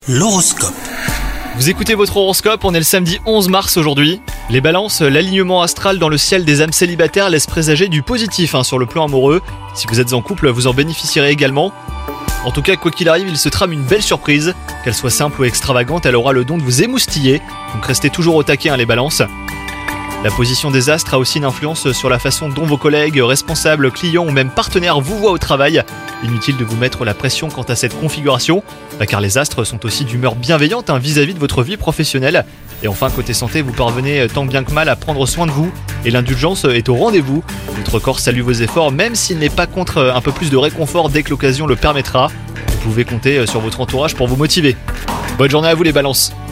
L'horoscope. Vous écoutez votre horoscope, on est le samedi 11 mars aujourd'hui. Les balances, l'alignement astral dans le ciel des âmes célibataires laisse présager du positif sur le plan amoureux. Si vous êtes en couple, vous en bénéficierez également. En tout cas, quoi qu'il arrive, il se trame une belle surprise. Qu'elle soit simple ou extravagante, elle aura le don de vous émoustiller. Donc restez toujours au taquet les balances. La position des astres a aussi une influence sur la façon dont vos collègues, responsables, clients ou même partenaires vous voient au travail. Inutile de vous mettre la pression quant à cette configuration, car les astres sont aussi d'humeur bienveillante vis-à-vis de votre vie professionnelle. Et enfin, côté santé, vous parvenez tant bien que mal à prendre soin de vous, et l'indulgence est au rendez-vous. Votre corps salue vos efforts, même s'il n'est pas contre un peu plus de réconfort dès que l'occasion le permettra. Vous pouvez compter sur votre entourage pour vous motiver. Bonne journée à vous les balances.